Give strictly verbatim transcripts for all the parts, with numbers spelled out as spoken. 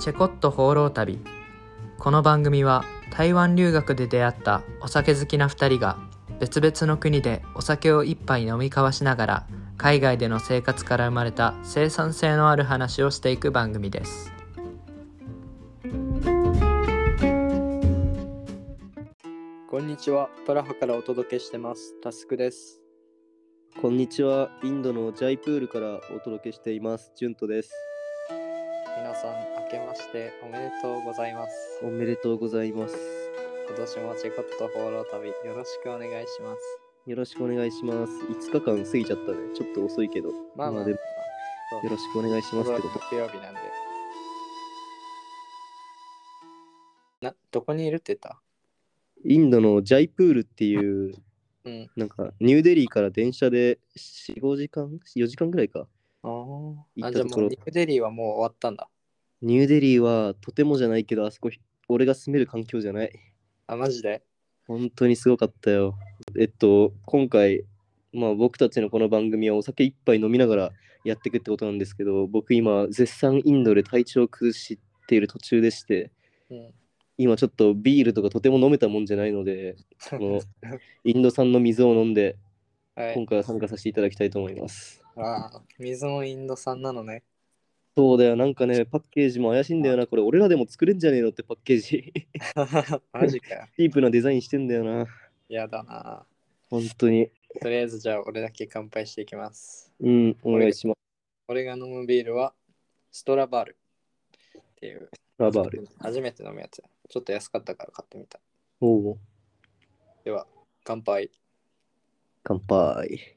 チェコット放浪旅。この番組は台湾留学で出会ったお酒好きなふたりが別々の国でお酒を一杯飲み交わしながら海外での生活から生まれた生産性のある話をしていく番組です。こんにちは、プラハからお届けしてますタスクです。 こんにちは、インドのジャイプールからお届けしていますジュントです。 皆さん明けましておめでとうございます。 おめでとうございます。 今年もチェコット放浪旅よろしくお願いします。 よろしくお願いします。いつかかん過ぎちゃったね。ちょっと遅いけど、 まあまあ、 でもよろしくお願いしますってこと。 木曜日なんで。な、どこにいるって言った？ インドのジャイプールっていう、 うん、 なんかニューデリーから電車でよん、ごじかん ?よ 時間ぐらいか。 あ行あ、 ったところ。 ニューデリーはもう終わったんだ。 ニューデリーはとてもじゃないけど、あそこ俺が住める環境じゃない。 あ、マジで？ 本当にすごかったよ。えっと、今回、まあ、僕たちのこの番組はお酒一杯飲みながらやっていくってことなんですけど、僕今、絶賛インドで体調を崩している途中でして、 うん、 今ちょっとビールとかとても飲めたもんじゃないので、このインド産の水を飲んで、 はい、 今回は参加させていただきたいと思います。 ああ、水もインド産なのね。 そうだよ、なんかね、パッケージも怪しいんだよな。これ、俺らでも作れんじゃねえのってパッケージ。 マジかよ。 チープなデザインしてんだよな。 やだな。 本当に。 とりあえずじゃあ俺だけ乾杯していきます。 うん、お願いします。 俺が飲むビールはストラバールっていうラバール。 初めて飲むやつ。ちょっと安かったから買ってみた。 おお。 では、乾杯。 乾杯。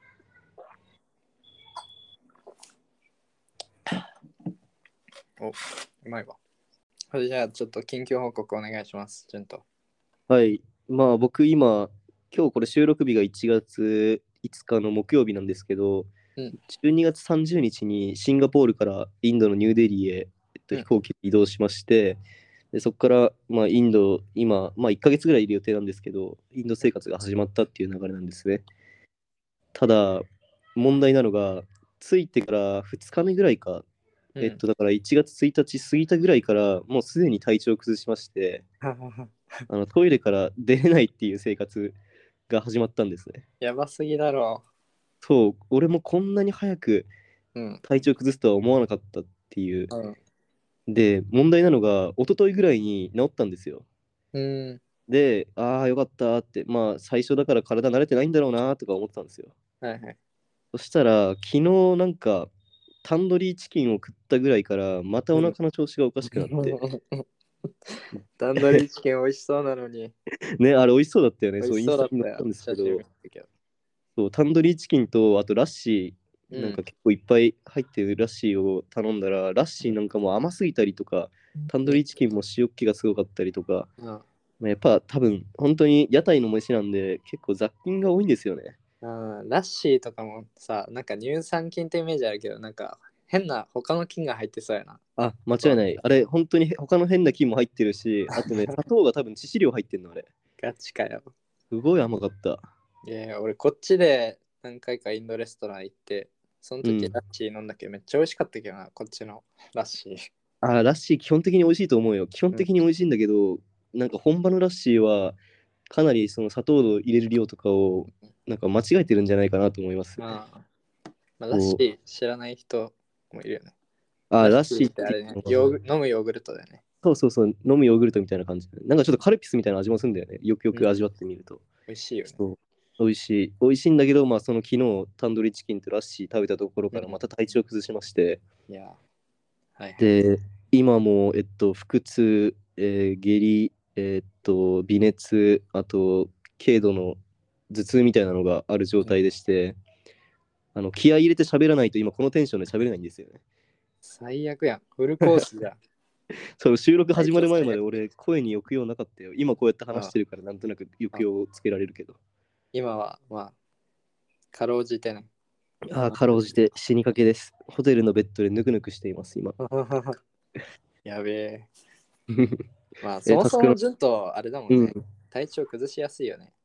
お、うまいわ。それじゃあちょっと緊急報告お願いします、順と。 はい。まあ僕今、今日これ収録日がいちがついつかの木曜日なんですけど、 うん、 じゅうにがつさんじゅうにちにシンガポールからインドのニューデリーへ、えっと、飛行機で移動しまして、うん、でそこからまあインド、今、まあ、いっかげつぐらいいる予定なんですけど、インド生活が始まったっていう流れなんですね。ただ、問題なのが、着いてからふつかめぐらいか、うん、えっと、だからいちがつついたち過ぎたぐらいから、もうすでに体調を崩しまして、あのトイレから出れないっていう生活が始まったんですね。 やばすぎだろう。そう、俺もこんなに早く体調崩すとは思わなかったっていう。うん、で、問題なのが、一昨日ぐらいに治ったんですよ。うん、で、ああ、よかったって、まあ、最初だから体慣れてないんだろうなとか思ってたんですよ。 はいはい。 そしたら、昨日なんか、タンドリーチキンを食ったぐらいから、またお腹の調子がおかしくなって。 タンドリーチキン美味しそうなのに。 ね、あれ美味しそうだったよね。 そう、インスタに載ったんですけど、 けどそう、タンドリーチキンと、あとラッシー、なんか結構いっぱい入ってるラッシーを頼んだら、うん、ラッシーなんかも甘すぎたりとか、タンドリーチキンも塩気がすごかったりとか、うん、まあ、やっぱ多分、本当に屋台の飯なんで、結構雑菌が多いんですよね。 うん、ラッシーとかもさ、なんか乳酸菌ってイメージあるけど、なんか変な他の菌が入ってそうやな。 あ、間違いない。あれ、本当に他の変な菌も入ってるし、あとね、砂糖が多分致死量入ってんの、あれ。 ガチかよ。 すごい甘かった。 いやいや、俺こっちで何回かインドレストラン行って、その時ラッシー飲んだけど、めっちゃ美味しかったけどな、こっちのラッシー。 あ、ラッシー基本的に美味しいと思うよ。基本的に美味しいんだけど、うん、なんか本場のラッシーは、かなりその砂糖を入れる量とかをなんか間違えてるんじゃないかなと思います。 まあ、まあ、ラッシー知らない人もいるよね。 あ、ラッシーってあれね、ヨーグ飲むヨーグルトだよね。 そうそうそう、飲むヨーグルトみたいな感じ。なんかちょっとカルピスみたいな味もするんだよね。よくよく味わってみると。うん、 美味しいよね。 そう美味しい。美味しいんだけど、まあその昨日タンドリーチキンとラッシー食べたところからまた体調崩しまして。 うん、いや、はいはい。 で、今も、えっと、腹痛、えー、下痢、えー、っと、微熱、あと、軽度の頭痛みたいなのがある状態でして、うん、あの気合い入れて喋らないと今このテンションで喋れないんですよね。 最悪やん。フルコースじゃん。 そう収録始まる前まで俺声に抑揚なかったよ。今こうやって話してるからなんとなく抑揚をつけられるけど。 今はまあ、かろうじてね。 ああ、かろうじて死にかけです。ホテルのベッドでぬくぬくしています今。 やべえ。まあそもそも順とあれだもんね、うん、体調崩しやすいよね。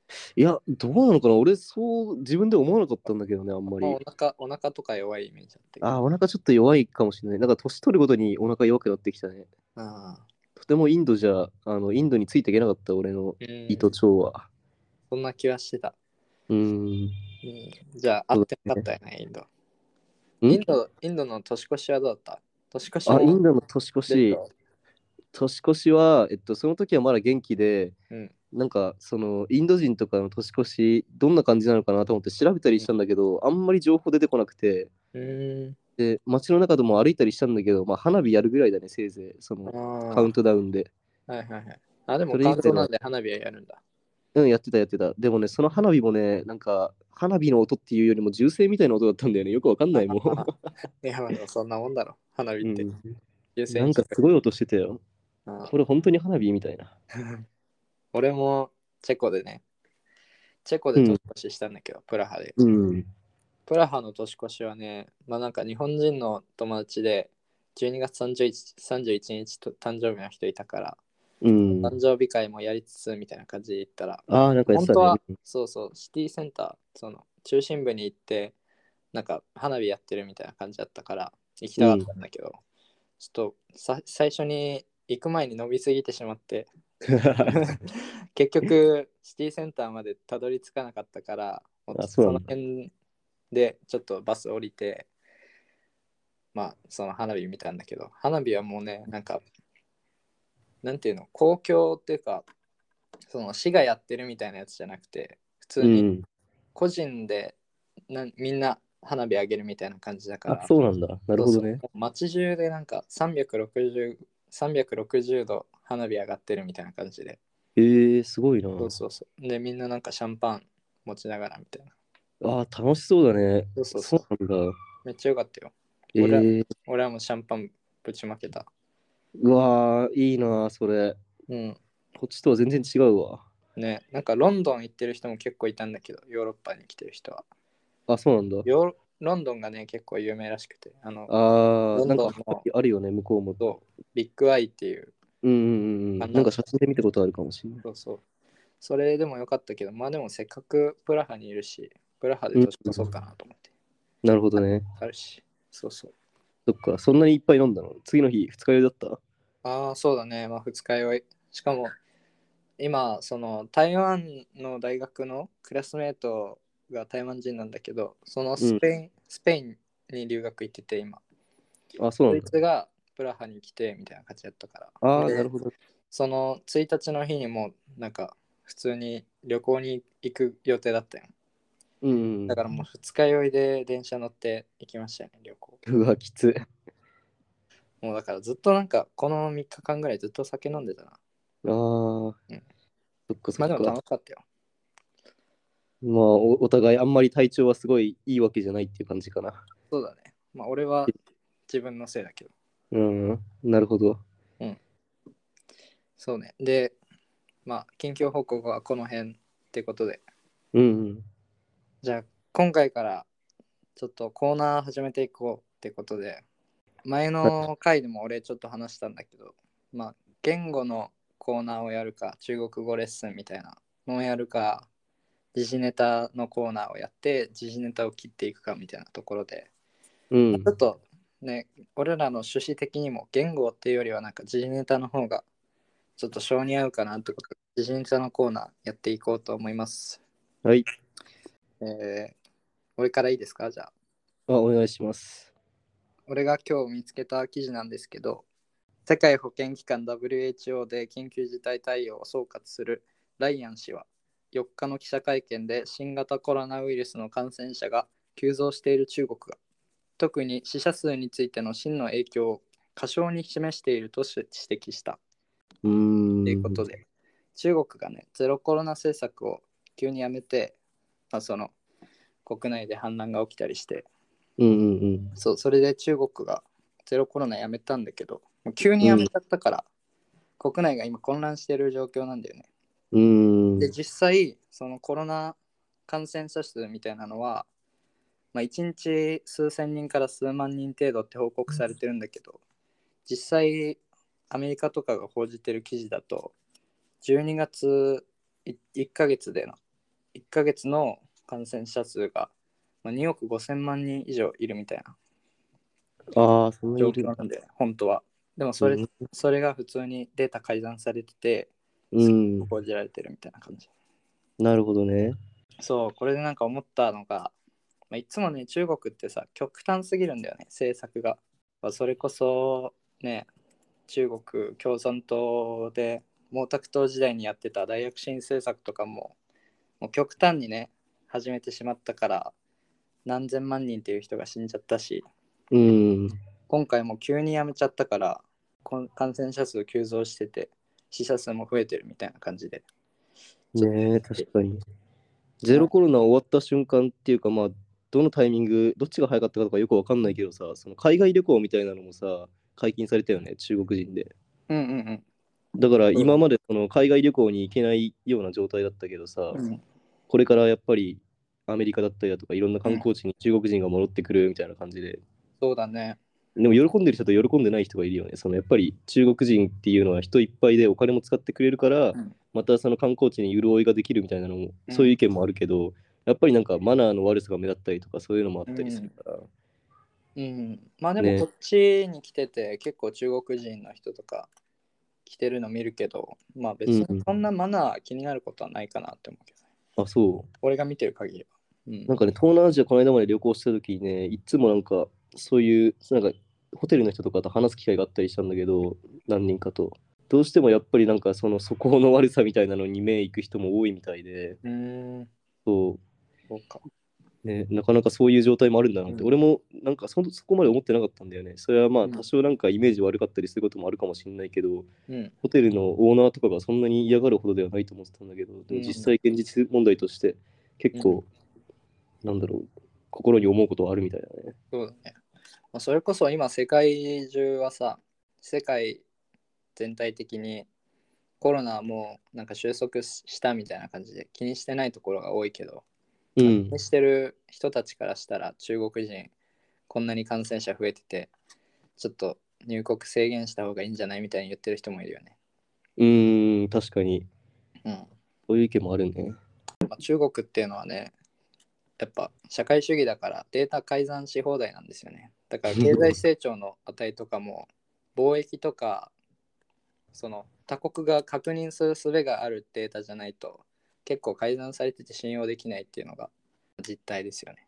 いや、どうなのかな、俺、そう自分で思わなかったんだけどね、あんままあ、おり。 腹、お腹とか弱いイメージだったけど。 あー、お腹ちょっと弱いかもしれない。なんか年取るごとにお腹弱くなってきたね。 ああ、 とてもインドじゃ、あの、インドについていけなかった、俺のうん、 胃と腸は。 そんな気はしてた。 うーん、 うん、じゃあ、会そうってなかっだね。 たよね、インド。イんンド、インドの年越しはどうだった？年越しあ、インもドの年越し、 ベッド。 年越しは、えっと、その時はまだ元気で、 うん。 なんか、その、インド人とかの年越し、どんな感じなのかなと思って調べたりしたんだけど、あんまり情報出てこなくて、 うん。 で、街の中でも歩いたりしたんだけど、まあ、花火やるぐらいだね、せいぜい、その、カウンあトダウンで。 あ、はいはいはい。あ、でもそれカウントダウン以外は、 で花火はやるんだ。 うん、やってた、やってた。でもね、その花火もね、なんか、花火の音っていうよりも銃声みたいな音だったんだよね。よくわかんない、もああ、いや、まあでもそんなもんだろ。花火っう。うて。 ん。 優なん先聞く。 かすごい音してたよ。 あこれ本当に花火みたいな。 あ俺もチェコでね、チェコで年うん。 越ししたんだけど、プラハで。 うん。 プラハの年越しはね、まあなんか日本人の友達でじゅうにがつさんじゅういち、さんじゅういちにちと誕生日の人いたから、 うん。 誕生日会もやりつつみたいな感じで行ったら、 ああ、なんかやってたね。 本当はそうそう、シティセンター、その中心部に行って、なんか花火やってるみたいな感じだったから行きたかっうん。 たんだけど、ちょっとさ最初に行く前に伸びすぎてしまって結局シティセンターまでたどり着かなかったから、もうあ、そうそのなんだ。 辺でちょっとバス降りて、まあその花火見たんだけど、花火はもうね、なんかなんていうの、公共っていうか、その市がやってるみたいなやつじゃなくて、普通にうん。 個人でなみんな花火あげるみたいな感じだかあ、 ら、 そうなんだ。なるそうそう、 ほどね。 もう街中でなんかさんびゃくろくじゅう、さんびゃくろくじゅうど花火上がってるみたいな感じで、 えー、すごいな。 そうそうそう。で、みんななんかシャンパン持ちながらみたいな。 あー、楽しそうだね。 そうそうそう。 そうなんだ。 めっちゃよかったよ。 え俺は、 ー、 俺はもうシャンパンぶちまけた。 うわー、いいな、それ。 うん。 こっちとは全然違うわ。 ね、なんかロンドン行ってる人も結構いたんだけど、ヨーロッパに来てる人は。 あ、そうなんだ。 ヨーロンドンがね、結構有名らしくて、あの、 あー、 ロンなんかドンのあるよね、向こうも。 そうビッグアイっていううんうんうんうん。なん観覧車、 か写真で見たことあるかもしれない。 そうそう。それでもよかったけど、まあでもせっかくプラハにいるし、プラハでうん、 年越そうかなと思って。 なるほどね。 あるし、そうそう。 そっか、そんなにいっぱい飲んだの？次の日、二日酔いだった？ ああ、そうだね。まあ二日酔い。しかも今、その台湾の大学のクラスメートが台湾人なんだけど、そのうん。 スペイン、スペインに留学行ってて今。 あ、そうなそんだ。 いつがプラハに来てみたいな感じだったから。 ああ、なるで、 ほど。 そのついたちの日にもなんか普通に旅行に行く予定だったよ。 うん。 だからもう二日酔いで電車乗って行きましたよね、旅行。 うわ、きつ。 もうだからずっとなんかこのみっかかんぐらいずっと酒飲んでたな。 ああ、 うん。 そっかそまあでもっか。 楽しかったよ。 まあお、お互いあんまり体調はすごいいいわけじゃないっていう感じかな。 そうだね。まあ俺は自分のせいだけど。 うん、なるほど。 うん。そうね。で、まあ近況報告はこの辺ってことで。 うん、 じゃあ今回からちょっとコーナー始めていこうってことで。前の回でも俺ちょっと話したんだけど、まあ言語のコーナーをやるか、中国語レッスンみたいなのをやるか、時事ネタのコーナーをやって時事ネタを切っていくかみたいなところで、まあ、ちょうん。 っとね、俺らの趣旨的にも言語っていうよりはなんか時事ネタの方がちょっと性に合うかなってことで、時事ネタのコーナーやっていこうと思います。 はい。 えー、俺からいいですか？じゃああ、お願いします。 俺が今日見つけた記事なんですけど、世界保健機関 ダブリューエイチオー で緊急事態対応を総括するライアン氏はよっかの記者会見で、新型コロナウイルスの感染者が急増している中国が特に死者数についての真の影響を過小に示していると指摘したうーというこん。 とで、中国がねゼロコロナ政策を急にやめて、まあ、その国内で反乱が起きたりして、 うんうんそうそれで中国がゼロコロナやめたんだけど、もう急にうん。 やめちゃったから、国内が今混乱している状況なんだよね。 うん。うーで、 ん。 実際、そのコロナ感染者数みたいなのは、まあ、いちにち数千人から数万人程度って報告されてるんだけど、実際、アメリカとかが報じてる記事だと、じゅうにがついっかげつでのいっかげつの感染者数がにおくごせんまんにん以上いるみたいなああ、そんなに状いるんだ。 況なんで、本当は。でもそれ、 うん。 それが普通にデータ改ざんされてて、 うん、 報じられてるみたいな感じ。 なるほどね。 そう、これでなんか思ったのが、まあ、いつもね、中国ってさ、極端すぎるんだよね、政策が。まあ、それこそね、中国共産党で毛沢東時代にやってた大躍進政策とかも、もう極端にね、始めてしまったから、何千万人っていう人が死んじゃったし、 うん。 今回も急にやめちゃったから、こん感染者数急増してて、死者数も増えてるみたいな感じで。 ねえ、確かに。ゼロコロナ終わった瞬間っていうか、まあ、どのタイミング、どっちが早かったかとかよくわかんないけどさ、その海外旅行みたいなのもさ、解禁されたよね、中国人で。 うんうんだからうん。 今までその海外旅行に行けないような状態だったけどさ、 うんこれからやっぱりアメリカだったりだとか、いろんな観うん、 光地に中国人が戻ってくるみたいな感じで、 そうだね。 でも喜んでる人と喜んでない人がいるよね。そのやっぱり中国人っていうのは人いっぱいでお金も使ってくれるから、 うんまたその観光地に潤いができるみたいなのも、 うんそういう意見もあるけど、やっぱりなんかマナーの悪さが目立ったりとか、そういうのもあったりするから。 うん、まあでもねこっちに来てて結構中国人の人とか来てるの見るけど、まあ別にうんそんなマナー気になることはないかなって思うけどね。 あ、そう。 俺が見てる限りは。うんなんかね、東南アジアこの間まで旅行した時にね、いつもなんか、そういう、なんか、ホテルの人とかと話す機会があったりしたんだけど、何人かと。どうしてもやっぱりなんか、その素行の悪さみたいなのに目いく人も多いみたいで、 うーん、 そそうか。 う、ね、なかなかそういう状態もあるんだなって、 うん俺もなんかそ、そこまで思ってなかったんだよね。それはまあ、 うん多少なんかイメージ悪かったりすることもあるかもしれないけど、 うんホテルのオーナーとかがそんなに嫌がるほどではないと思ってたんだけど、でも実際現実問題として結構、なんだろう、心に思うことはあるみたいだね。 そうだね。まあ、それこそ今世界中はさ、世界全体的にコロナはもうなんか収束したみたいな感じで気にしてないところが多いけど、気うん。 にしてる人たちからしたら中国人こんなに感染者増えててちょっと入国制限した方がいいんじゃないみたいに言ってる人もいるよね。 うーん、確かに。 うん。 そういう意見もあるね。 まあ、中国っていうのはね、やっぱ社会主義だからデータ改ざんし放題なんですよね。だから経済成長の値とかも貿易とかその他国が確認する術があるデータじゃないと結構改ざんされてて信用できないっていうのが実態ですよね。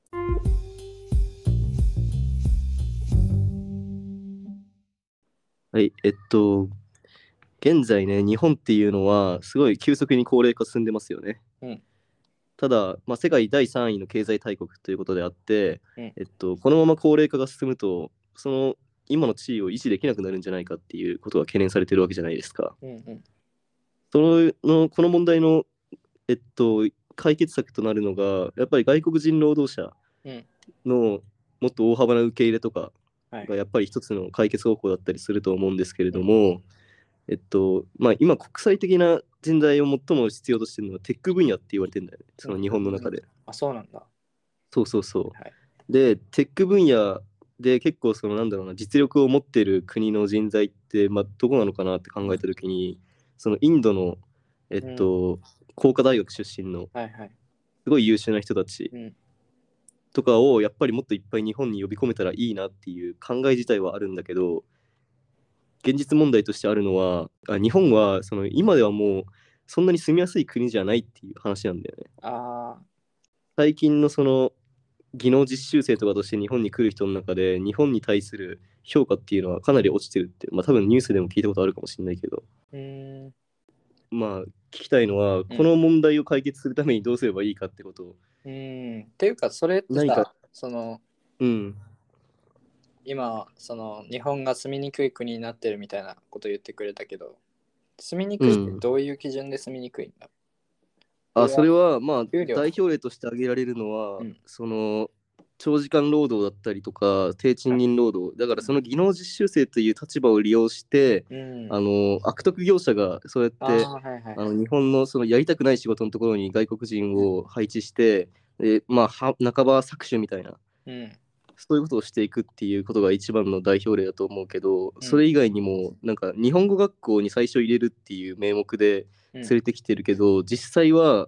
はい、えっと、現在ね、日本っていうのはすごい急速に高齢化進んでますよね。 うんただ、まあ、世界だいさんいの経済大国ということであって、 うんえっと、このまま高齢化が進むと、その今の地位を維持できなくなるんじゃないかっていうことが懸念されてるわけじゃないですか。 うんうんそのこの問題の、えっと、解決策となるのが、やっぱり外国人労働者うんのもっと大幅な受け入れとかはいがやっぱり一つの解決方法だったりすると思うんですけれども、えっとまあ、今国際的な人材を最も必要としているのはテック分野って言われてるんだよね、その日本の中で。 あ、そうなんだ。 そうそうそう。 はいで、テック分野で結構そのなんだろうな、実力を持っている国の人材って、まあ、どこなのかなって考えたときに、そのインドの、えっと、工科大学出身のはいはい。 すごい優秀な人たちうんとかをやっぱりもっといっぱい日本に呼び込めたらいいなっていう考え自体はあるんだけど、現実問題としてあるのは、あ日本はその今ではもうそんなに住みやすい国じゃないっていう話なんだよね。 ああ、 最近のその技能実習生とかとして日本に来る人の中で日本に対する評価っていうのはかなり落ちてるって、まあ多分ニュースでも聞いたことあるかもしれないけど、 うーん。 まあ聞きたいのは、この問題を解決するためにどうすればいいかってことを。 うーん。っていうか、それってさ何か、 その、 うん。 今、その、日本が住みにくい国になってるみたいなこと言ってくれたけど、住みにくいってどういう基準で住みにくいんだ、 あ、それはまあ給料代表例として挙げられるのは、 うんその長時間労働だったりとか低賃金労働だからその技能実習生という立場を利用して、 うん。 あの悪徳業者がそうやってあーはいはいあの日本のそのやりたくない仕事のところに外国人を配置して、でまあは半ば搾取みたいなうん。 そういうことをしていくっていうことが一番の代表例だと思うけど、 うんそれ以外にもなんか日本語学校に最初入れるっていう名目でうん連れてきてるけど、実際は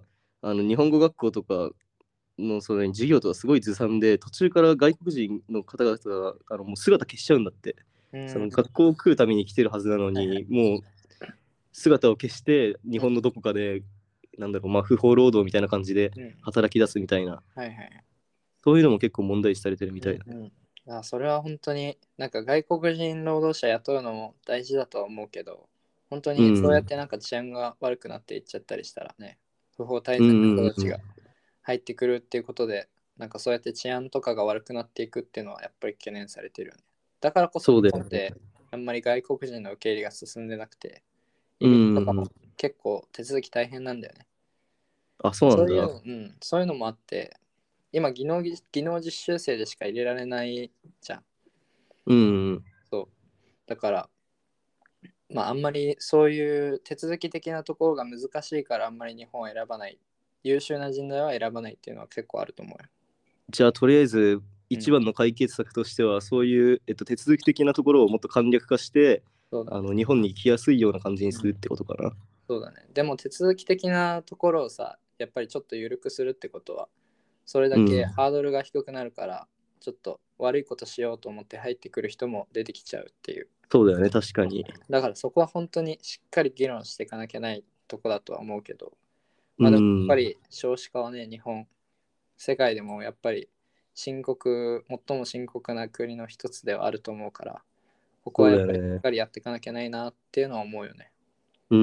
あの日本語学校とかのその授業とかすごいずさんで、途中から外国人の方々があのもう姿消しちゃうんだって。 うんその学校を食うために来てるはずなのに、 はいはいもう姿を消して日本のどこかで、なんだろう、まあ、不法労働みたいな感じでうん働き出すみたいな、 はいはい。 そういうのも結構問題視されてるみたいだね。 うんうん、あそれは本当になんか外国人労働者雇うのも大事だとは思うけど、本当にそうやってなんか治安が悪くなっていっちゃったりしたらね、不法滞在の人たちが入ってくるっていうことで、なんかそうやって治安とかが悪くなっていくっていうのはやっぱり懸念されてるよね。だからこそそうだよね。 日本ってあんまり外国人の受け入れが進んでなくて、移うん民とかも結構手続き大変なんだよね。 あ、そうなんだ。 そういうの、うん、そういうのもあって、今技能技、技能実習生でしか入れられないじゃん。 うんそう。だから、まああんまりそういう手続き的なところが難しいからあんまり日本を選ばない。優秀な人材は選ばないっていうのは結構あると思うよ。 じゃあとりあえずうん一番の解決策としては、そういう、えっと、手続き的なところをもっと簡略化して、 そうだね。 あの日本に来やすいような感じにすうん、 るってことかな。 そうだね。でも手続き的なところをさ、やっぱりちょっと緩くするってことは、それだけうんハードルが低くなるから、ちょっと悪いことしようと思って入ってくる人も出てきちゃうっていう。 そうだよね、確かに。 だからそこは本当にしっかり議論していかなきゃないとこだとは思うけど、 うまあでもやっぱん、 り少子化はね、日本、世界でもやっぱり深刻、最も深刻な国の一つではあると思うから、ここそうはやっぱりしっだよね。 かりやっていかなきゃないなっていうのは思うよね。 うん。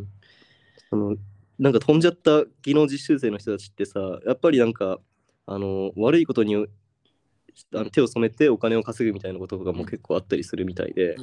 そのなんか飛んじゃった技能実習生の人たちってさ、やっぱりなんか、あの悪いことにあの手を染めてお金を稼ぐみたいなこととかも結構あったりするみたいで、 うん。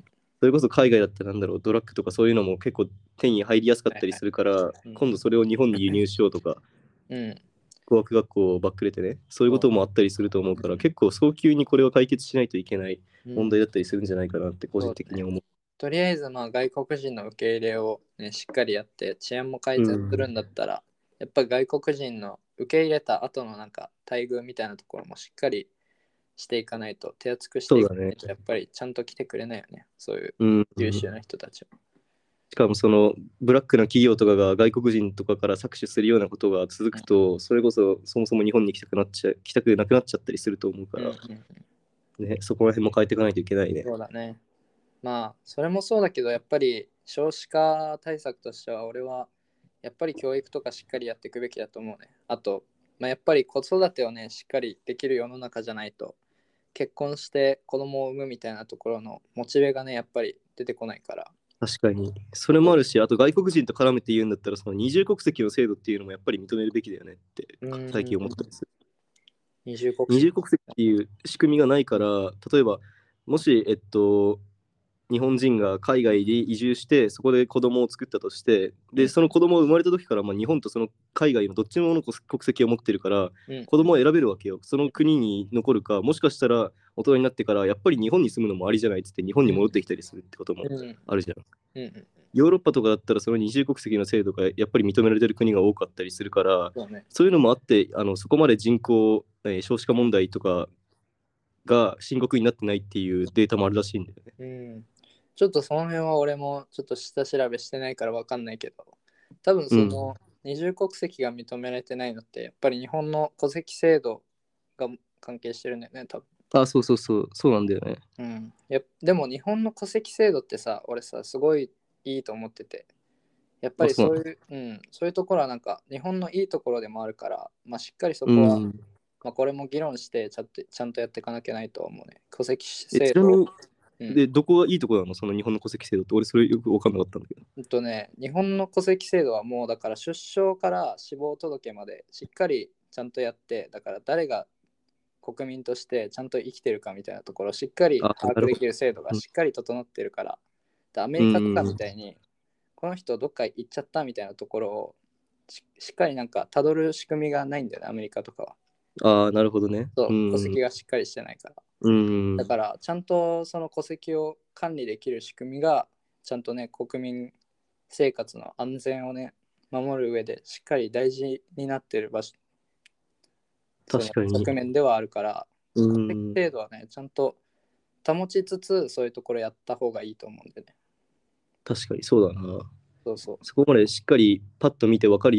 それこそ海外だったらなんだろう、ドラッグとかそういうのも結構手に入りやすかったりするから、 はいはい、 今度それを日本に輸入しようとか、 うん。 語学学校をバックれてね、そういうこともあったりすると思うから、 うん結構早急にこれを解決しないといけないうん問題だったりするんじゃないかなって個人的に思う。 とりあえずまあ外国人の受け入れを、ね、しっかりやって治安も改善するんだったら、やっぱり外国人の受け入れた後のなんか待遇みたいなところもしっかりしていかないと、手厚くしていかないとやっぱりちゃんと来てくれないよね、そういううん、 優秀な人たちは。 しかもそのブラックな企業とかが外国人とかから搾取するようなことが続くと、それこそそもそも日本に来たくなっちゃ来たくなくなっちゃったりすると思うかうんら、 うんうん、 ね、そこら辺も変えていかないといけないね。 そうだね。まあそれもそうだけど、やっぱり少子化対策としては俺はやっぱり教育とかしっかりやっていくべきだと思うね。あと、まあ、やっぱり子育てをねしっかりできる世の中じゃないと、結婚して子供を産むみたいなところのモチベがねやっぱり出てこないから。 確かに。それもあるし、あと外国人と絡めて言うんだったら、その二重国籍の制度っていうのもやっぱり認めるべきだよねって最近思ったりする。 二重国籍。 二重国籍っていう仕組みがないから、例えば、もし、えっと、日本人が海外で移住してそこで子供を作ったとして、でその子供が生まれた時からまあ日本とその海外のどっちもの国籍を持ってるから、 うん、 子供を選べるわけよ。その国に残るか、もしかしたら大人になってからやっぱり日本に住むのもありじゃないっつって日本に戻ってきたりするってこともあるじゃん。 うんうん、 ヨーロッパとかだったらその二重国籍の制度がやっぱり認められてる国が多かったりするから、 そうね、 そういうのもあってあのそこまで人口、えー少子化問題とかが深刻になってないっていうデータもあるらしいんだよね。 うん。ちょっとその辺は俺もちょっと下調べしてないから分かんないけど、多分その二重国籍が認められてないのってやっぱり日本の戸籍制度が関係してるんだよね、多分。 あ、そうそうそう、そうなんだよね。 うん、やでも日本の戸籍制度ってさ、俺さ、すごいいいと思ってて、やっぱあ、そうなの。 りそういう、うん、そういうところはなんか日本のいいところでもあるから、まあ、しっかりそこは、 うん。 まあ、これも議論してちゃんとちゃんとやっていかなきゃないと思うね。戸籍え、 制度。 ちなみに、 うん、 で、どこがいいところなのその日本の戸籍制度って、俺それよく分かんなかったんだけど。 うんとね、日本の戸籍制度はもうだから出生から死亡届までしっかりちゃんとやって、だから誰が国民としてちゃんと生きてるかみたいなところをしっかりあ、 把握できなるほど。 る制度がしっかり整ってるから、でアメうリカとかみん。 たいにこの人どっか行っちゃったみたいなところをししっかりなんかたどる仕組みがないんだよね、アメリカとかは。 ああ、なるほどね。 そうう、 ん。 戸籍がしっかりしてないから。 うん。 だからちゃんとその戸籍を管理できる仕組みがちゃんとね、国民生活の安全をね守る上でしっかり大事になってる場所、その確かに。 側面ではあるから、 う戸籍ん。 制度はねちゃんと保ちつつそういうところやった方がいいと思うんでね。 確かにそうだな。 そうそう。 そこまでしっかりパッと見て分かるような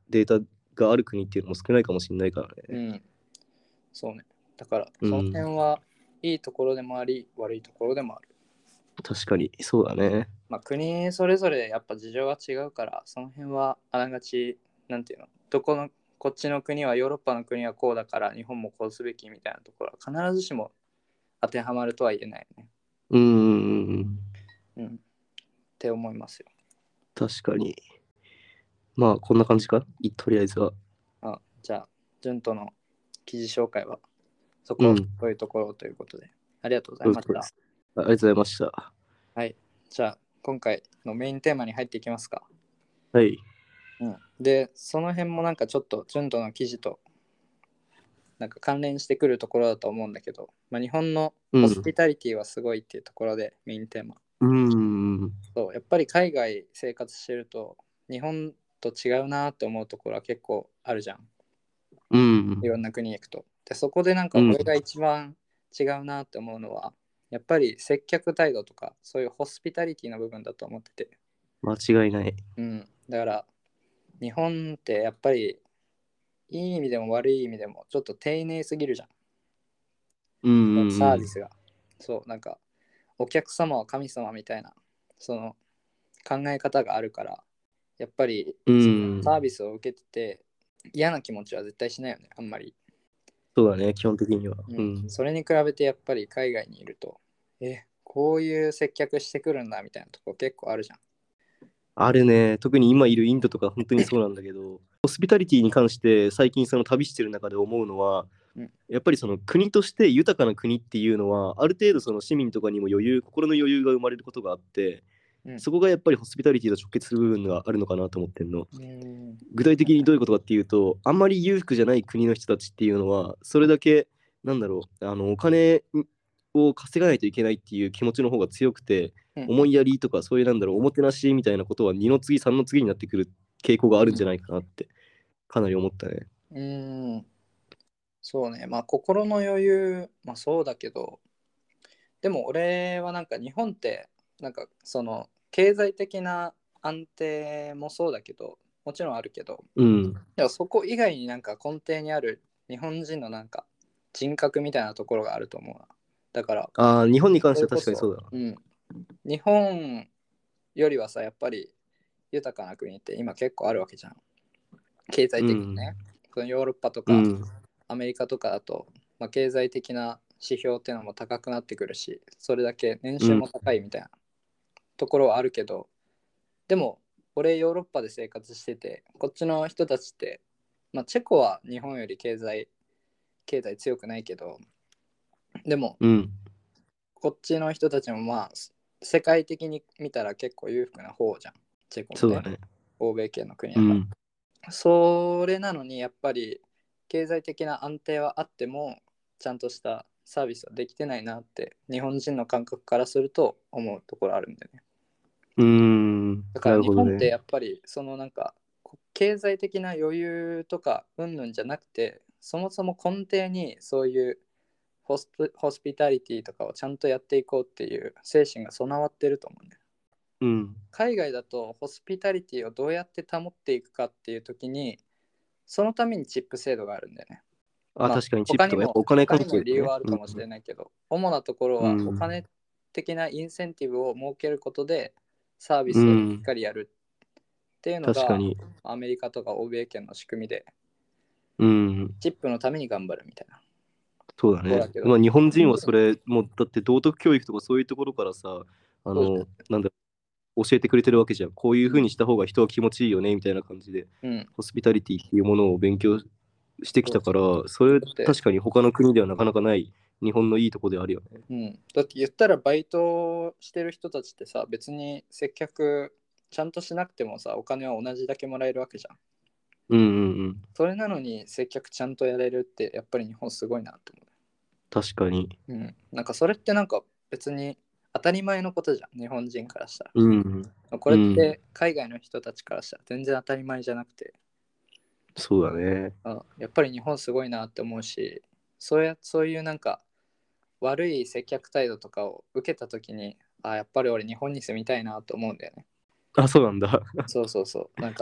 データがある国っていうのも少ないかもしれないからうね。 ん。そうね。だから、 うんその辺はいいところでもあり、悪いところでもある。 確かに、そうだね。 まあ、国それぞれやっぱ事情は違うから、その辺はあながち、なんていうの、どこの、こっちの国はヨーロッパの国はこうだから日本もこうすべきみたいなところは必ずしも当てはまるとは言えないよね。 うんうんうん。 うん。って思いますよ。 確かに。まあ、こんな感じかいとりあえずは。 あ、じゃあ、順との記事紹介はそこ、 うん。 そういうところということで、ありがとうございました。 そういうとこです。あありがとうございました。 はい。じゃあ、今回のメインテーマに入っていきますか。 はい。 うん。で、その辺もなんかちょっと順との記事となんか関連してくるところだと思うんだけど、まあ、日本のホスうん。 ピタリティはすごいっていうところでメインテーマ。 うん。 そう、やっぱり海外生活してると日本と違うなって思うところは結構あるじゃん。 うんい。ろんな国に行くと。で、そこでなんかうん。 俺が一番違うなって思うのは、やっぱり接客態度とかそういうホスピタリティの部分だと思ってて。 間違いない。 うん。だから日本ってやっぱりいい意味でも悪い意味でもちょっと丁寧すぎるじゃん。 うんうんうん。 サービスが。そう、なんかお客様は神様みたいなその考え方があるから、やっぱりうん。 サービスを受けてて嫌な気持ちは絶対しないよね、あんまり。 そうだね、基本的には。 ううんん。 それに比べてやっぱり海外にいると、え、こういう接客してくるんだみたいなとこ結構あるじゃん。 あるね。特に今いるインドとか本当にそうなんだけど、ホスピタリティに関して最近その旅してる中で思うのは、 うんやっぱりその国として豊かな国っていうのは、ある程度その市民とかにも余裕、心の余裕が生まれることがあって、 うんそこがやっぱりホスピタリティと直結する部分があるのかなと思ってんの。 うん具体的にどういうことかっていうと、あんまり裕福じゃない国の人たちっていうのは、それだけ、なんだろう、あのお金を稼がないといけないっていう気持ちの方が強くて、 うん思いやりとか、そういうなんだろう、おもてなしみたいなことはにの次、さんの次になってくる傾向があるんじゃないかなって、かなり思ったね。 うんそうね、まあ心の余裕、まあそうだけど、でも俺はなんか日本ってなんかその経済的な安定もそうだけど、もちろんあるけど、 うん。 でもそこ以外になんか根底にある日本人のなんか人格みたいなところがあると思うな。だからああ、日本に関してはそれこそ、 確かにそうだな。 うん、日本よりはさやっぱり豊かな国って今結構あるわけじゃん。経済的にね。そのヨーロッパとかうん。 アメリカとかだと、まあ、経済的な指標っていうのも高くなってくるし、それだけ年収うん。 も高いみたいなところはあるけど、でも俺ヨーロッパで生活してて、こっちの人たちって、まあ、チェコは日本より経済経済強くないけど、でもうん。 こっちの人たちもまあ世界的に見たら結構裕福な方じゃん、チェコもね。 そうだね。 欧米系の国だから、 うん。 それなのにやっぱり経済的な安定はあってもちゃんとしたサービスはできてないなって日本人の感覚からすると思うところあるんだよね。 うーん。 だから日なるほどね。 本ってやっぱりそのなんかこ経済的な余裕とかうんぬんじゃなくて、そもそも根底にそういうホスピ、ホスピタリティとかをちゃんとやっていこうっていう精神が備わってると思うんだよ。 うん。 海外だとホスピタリティをどうやって保っていくかっていう時にそのためにチップ制度があるんだよね。 あ、 まあ確かにチップとかやっ他にもぱお金関他にも理由係だね。 はあるかもしれないけど、主なところはおうん。 金的なインセンティブを設けることでサービスをしっうん。 かりやるっていうのが確かに。 アメリカとか欧米圏の仕組みで、 うん。 チップのために頑張るみたいなそうだね。 ところだけど、 まあ日本人はそれ、もうだって道徳教育とかそういうところからさ、あそうじゃん。 の、なんだ、教えてくれてるわけじゃん。こういうふうにした方が人は気持ちいいよね、みたいな感じで、 うん。 ホスピタリティっていうものを勉強してきたから、それだって、 確かに他の国ではなかなかない日本のいいとこであるよね。 うん、だって言ったらバイトしてる人たちってさ、別に接客ちゃんとしなくてもさ、お金は同じだけもらえるわけじゃん。 うんうんうん。 それなのに接客ちゃんとやれるってやっぱり日本すごいなと思確かに。 う。うん。なんかそれってなんか別に当たり前のことじゃん、日本人からしたら。 うん。 これって海外の人たちからしたら全然当たり前じゃなくて、 そうだね。 あやっぱり日本すごいなって思うし、そうやそういうなんか悪い接客態度とかを受けた時に、あやっぱり俺日本に住みたいなと思うんだよね。 あ、そうなんだ。 そうそうそう。なんか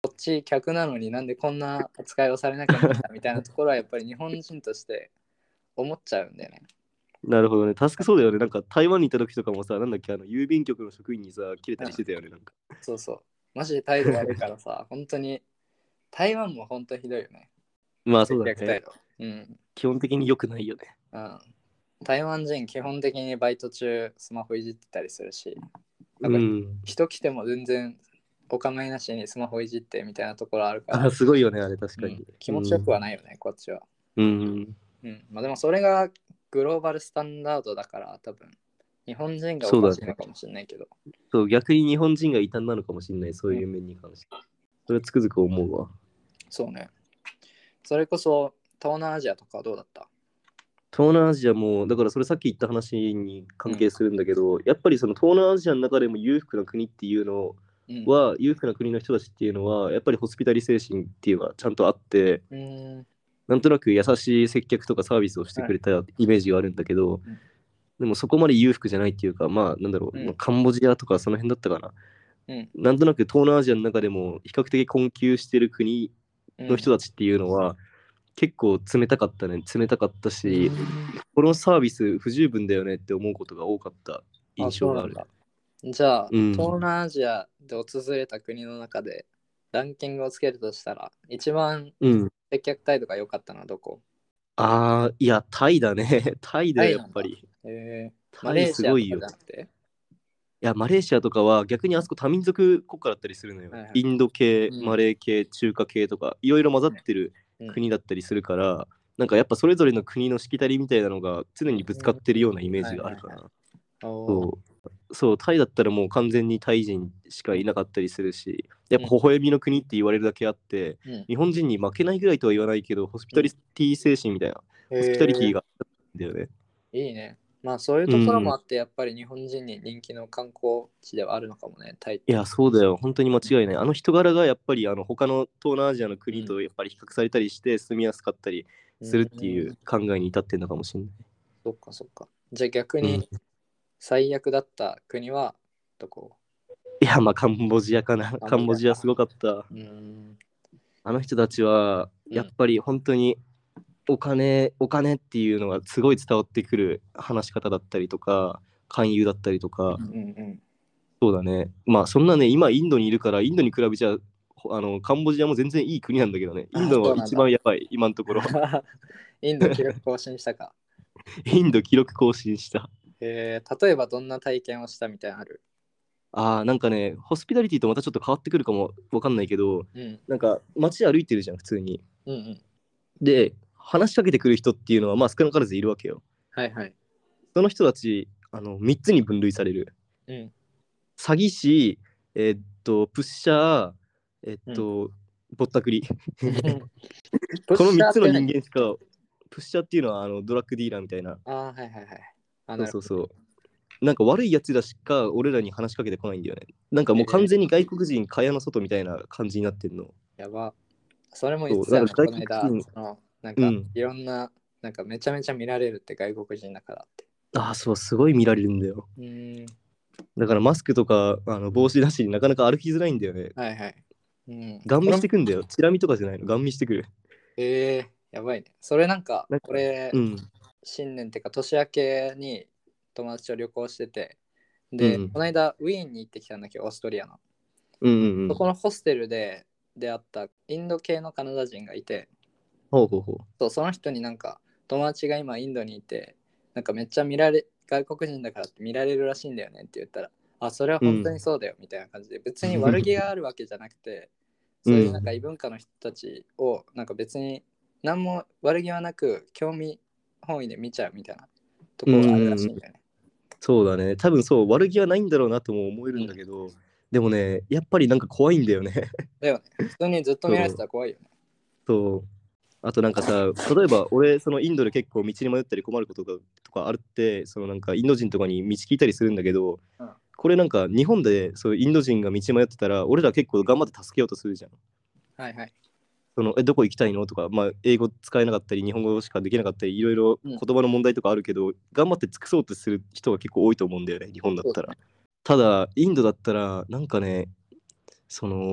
こっち客なのになんでこんな扱いをされなきゃいけないんだみたいなところはやっぱり日本人として思っちゃうんだよね。 なるほどね。確かそうだよね。なんか台湾にいた時とかもさ、なんだっけ、あの郵便局の職員にさ、切れたりしてたよね。なんか。 そうそう。マジで態度悪いからさ、本当に台湾も本当にひどいよね。 まあそうだね。 接客態度。うん。 基本的に良くないよね。 うん。台湾人基本的にバイト中スマホいじってたりするし、なんかうん。 人来ても全然お構いなしにスマホいじってみたいなところあるから、 あ、すごいよね、あれ確かに。 うん気持ちよくはないよね、こっちは。 うん。 うん。まあでもそれがグローバルスタンダードだから多分日本人がそうだねおかしいのかもしれないけど。 そう、逆に日本人が異端なのかもしれない、そういう面に関して。それはつくづく思うわ。 そうね。それこそ東南アジアとかはどうだった？ 東南アジアも、だからそれさっき言った話に関係するんだけど、やっぱりその東南アジアの中でも裕福な国っていうのうん。 は、裕福な国の人たちっていうのは、やっぱりホスピタリ精神っていうのはちゃんとあって、 うーん。 なんとなく優しい接客とかサービスをしてくれたイメージがあるんだけど、 うんでもそこまで裕福じゃないっていうか、まあなんだろう、 うんまあカンボジアとかその辺だったかな。 うん。 なんとなく東南アジアの中でも比較的困窮してる国の人たちっていうのは、結構冷たかったね。冷たかったし、このサービス不十分だよねって思うことが多かった印象がある。 あじゃあ、 うん東南アジアで訪れた国の中でランキングをつけるとしたら、一番うん。 接客態度が良かったのはどこ？ ああ、いや、タイだね。タイだよ、やっぱり。 えー、マタイレーシアとかすごいよ。 じゃなくて？ いや、マレーシアとかは逆にあそこ多民族国家だったりするのよ。 はいはいインド系、 うんマレー系、中華系とか、いろいろ混ざってる国だったりするから、なんかやっぱそれぞれの国のしきたりみたいなのが常にぶつかってるようなイメージがあるかな。 おーそうそう、タイだったらもう完全にタイ人しかいなかったりするし、やっぱ微笑みの国って言われるだけあって、 うん日本人に負けないぐらいとは言わないけど、ホスピタリティ精神みたいな、ホスピタリティがあるんだよね。 いいね。まあそういうところもあって、やっぱり日本人に人気の観光地ではあるのかもね、タイって。 いや、そうだよ。本当に間違いない。あの人柄がやっぱりあの他の東南アジアの国とやっぱり比較されたりして住みやすかったりするっていう考えに至ってるのかもしれない。 そっかそっか。じゃあ逆うんに最悪だった国はどこ？ いや、まあカンボジアかな。カンボジアすごかった。 うーん。 あの人たちはやっぱり本当にお金、お金っていうのがすごい伝わってくる話し方だったりとか、勧誘だったりとか、 うんうんそうだね。まあそんなね、今インドにいるから、インドに比べちゃ、ほあのカンボジアも全然いい国なんだけどね。インドは一番やばい、今のところ。 インド記録更新したか。 インド記録更新した。 えー、例えばどんな体験をしたみたいなのある？ ああ、なんかね、ホスピタリティとまたちょっと変わってくるかもわかんないけど、 うんなんか街歩いてるじゃん、普通に。 うんうん。 で、話しかけてくる人っていうのは、まあ少なからずいるわけよ。 はいはい。 その人たち、あのみっつに分類される。 うん。 詐欺師、えーっと、プッシャー、えーっと、ぼったくり。このみっつの人間しか、プッシャーっていうのはあのドラッグディーラーみたいな。 ああ、はいはいはい。あそうそうそう。なんか悪いやつらしか俺らに話しかけてこないんだよね。なんかもう完全に外国人、蚊帳の外みたいな感じになってんの。 やば。それも言ってたよね、 そうこの間。 なんか外国人そのなんか、 うんいろんな、なんかめちゃめちゃ見られるって外国人だからって。 ああ、そう、すごい見られるんだよ。 うーん。 だからマスクとかあの帽子なしになかなか歩きづらいんだよね。 はいはい。うん。 ガン見してくんだよ。チラ見とかじゃないの。ガン見してくる。 えー、やばいね。それなんか、 なんかこれ、 うん。 新年っていうか年明けに友達と旅行してて、で、 うんこの間ウィーンに行ってきたんだけど、オーストリアの。 うんうんうん。 そこのホステルで出会ったインド系のカナダ人がいて、 ほうほうほう。 そうその人になんか友達が今インドにいて、なんかめっちゃ見られ、外国人だからって見られるらしいんだよねって言ったら、あ、それは本当にそうだよみたいな感じで、別に悪気があるわけじゃなくて、そういうなんか異文化の人たちをなんか別に何も悪気はなく興味本位で見ちゃうみたいなところがあるらしいんだよね。 そうだね。多分そう、悪気はないんだろうなとも思えるんだけど、でもね、やっぱりなんか怖いんだよね。 だよね。普通にずっと見られてたら怖いよね。 そう。あとなんかさ、例えば俺、そのインドで結構道に迷ったり困ることがとかあるって、そのなんかインド人とかに道聞いたりするんだけど、 うんこれなんか日本でそうインド人が道迷ってたら、俺ら結構頑張って助けようとするじゃん。 はいはい。 そのえどこ行きたいのとか、まあ、英語使えなかったり、日本語しかできなかったり、いろいろ言葉の問題とかあるけど、うん、頑張って尽くそうとする人が結構多いと思うんだよね、日本だったら。ただ、インドだったら、なんかね、その、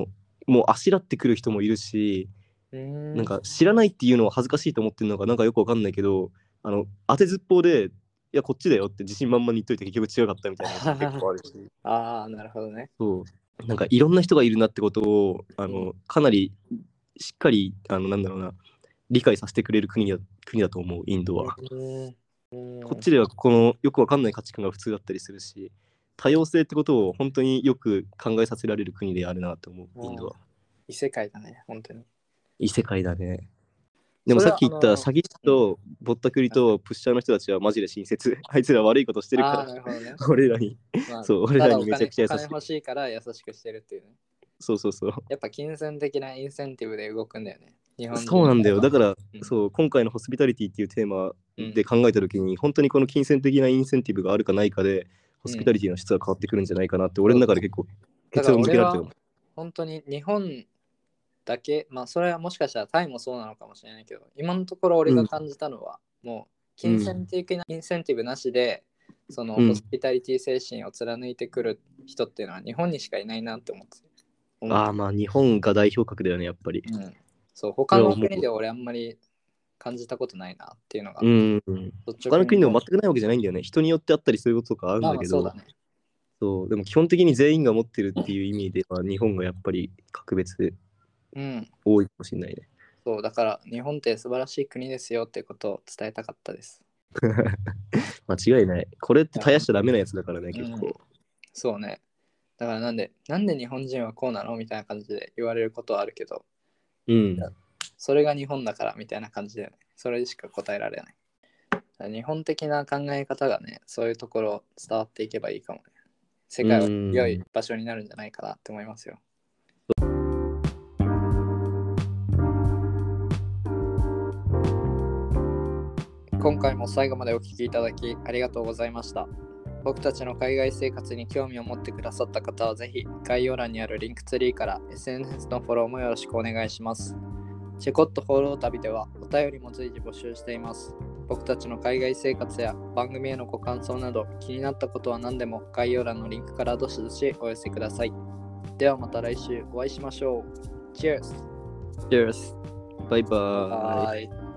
もうあしらってくる人もいるし、 うんなんか知らないっていうのは恥ずかしいと思ってるのかなんかよくわかんないけど、あの当てずっぽうで、いやこっちだよって自信満々に言っといて結局違かったみたいなのが結構あるしああ、なるほどね。 そうなんかいろんな人がいるなってことをあのかなりしっかりあのなんだろうな理解させてくれる国だ国だと思うインドは。 うんこっちではこのよくわかんない価値観が普通だったりするし、多様性ってことを本当によく考えさせられる国であるなと思うインドは。 異世界だね、本当に。 異世界だね。でもさっき言った詐欺師とぼったくりとプッシャーの人たちはマジで親切。あいつら悪いことしてるから、 あーなるほどね俺らに、 まあ、 そう、俺らにめちゃくちゃ優しいただお金お金欲しいから優しくしてるっていうね。 そうそうそう。 やっぱ金銭的なインセンティブで動くんだよね。日本人そうなんだよ。だから、 うんそう今回のホスピタリティっていうテーマで考えたときに、本当にこの金銭的なインセンティブがあるかないかで、ホスピタリティの質が変わってくるんじゃないかなって、俺の中で結構結論付けられてる。 本当に日本だけ、まあそれはもしかしたらタイもそうなのかもしれないけど、今のところ俺が感じたのは、うん、もう金銭的なインセンティブなしで、うん、そのホスピタリティ精神を貫いてくる人っていうのは日本にしかいないなって思って。 ああ、まあ日本が代表格だよね、やっぱり。 うん、そう、他の国で俺あんまり感じたことないなっていうのが。 うん。他の国でも全くないわけじゃないんだよね。人によってあったりそういうこととかあるんだけど。 そうだね。 そう、でも基本的に全員が持ってるっていう意味では、日本がやっぱり格別で多いかもしれないね。 うん、そう、だから日本って素晴らしい国ですよってことを伝えたかったです。 間違いない。これって絶やしちゃダメなやつだからね、結構、 うん。そうね。だからなんで、なんで日本人はこうなのみたいな感じで言われることはあるけど、 うん。 それが日本だからみたいな感じで、ね、それしか答えられない。日本的な考え方がね、そういうところ伝わっていけばいいかもね。世界は良い場所になるんじゃないかなって思いますよ。今回も最後までお聞きいただきありがとうございました。僕たちの海外生活に興味を持ってくださった方はぜひ概要欄にあるリンクツリーから エスエヌエス のフォローもよろしくお願いします。チェコットフォロー旅ではお便りも随時募集しています。僕たちの海外生活や番組へのご感想など気になったことは何でも概要欄のリンクからどしどしお寄せください。ではまた来週お会いしましょう。Cheers! Cheers! バイバーイ。